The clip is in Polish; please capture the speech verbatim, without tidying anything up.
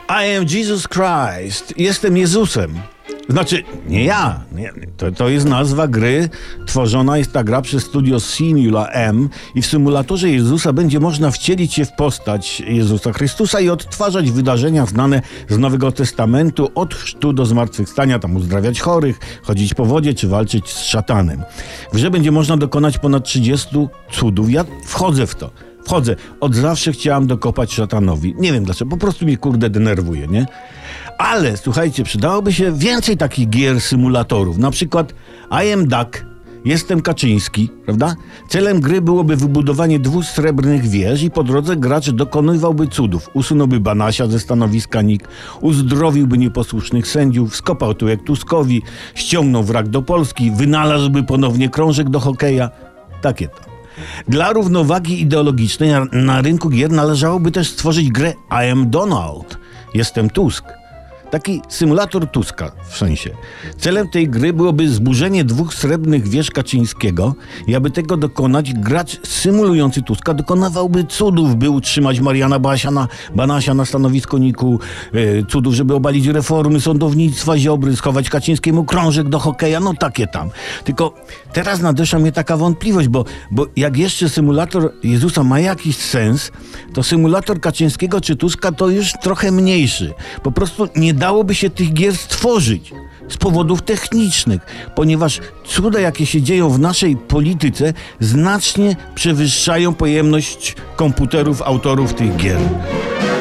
I am Jesus Christ. Jestem Jezusem. Znaczy, nie ja. Nie, to, to jest nazwa gry. Tworzona jest ta gra przez studio Simula M i w symulatorze Jezusa będzie można wcielić się w postać Jezusa Chrystusa i odtwarzać wydarzenia znane z Nowego Testamentu od chrztu do zmartwychwstania, tam uzdrawiać chorych, chodzić po wodzie czy walczyć z szatanem. W grze będzie można dokonać ponad trzydziestu cudów. Ja wchodzę w to. Wchodzę. Od zawsze chciałam dokopać szatanowi. Nie wiem dlaczego, po prostu mnie kurde denerwuje, nie? Ale słuchajcie, przydałoby się więcej takich gier symulatorów. Na przykład I am Duck, jestem Kaczyński, prawda? Celem gry byłoby wybudowanie dwóch srebrnych wież i po drodze gracz dokonywałby cudów. Usunąłby Banasia ze stanowiska N I K, uzdrowiłby nieposłusznych sędziów, skopał tyłek Tuskowi, ściągnął wrak do Polski, wynalazłby ponownie krążek do hokeja. Takie tam. Dla równowagi ideologicznej na, na rynku gier należałoby też stworzyć grę I am Donald, jestem Tusk. Taki symulator Tuska w sensie. Celem tej gry byłoby zburzenie dwóch srebrnych wież Kaczyńskiego i aby tego dokonać, gracz symulujący Tuska dokonywałby cudów, by utrzymać Mariana Basia na, Banasia na stanowisku N I K-u, yy, cudów, żeby obalić reformy sądownictwa Ziobry, schować Kaczyńskiemu krążek do hokeja, no takie tam. Tylko teraz nadeszła mnie taka wątpliwość, bo, bo jak jeszcze symulator Jezusa ma jakiś sens, to symulator Kaczyńskiego czy Tuska to już trochę mniejszy. Po prostu nie dałoby się tych gier stworzyć z powodów technicznych, ponieważ cuda, jakie się dzieją w naszej polityce, znacznie przewyższają pojemność komputerów autorów tych gier.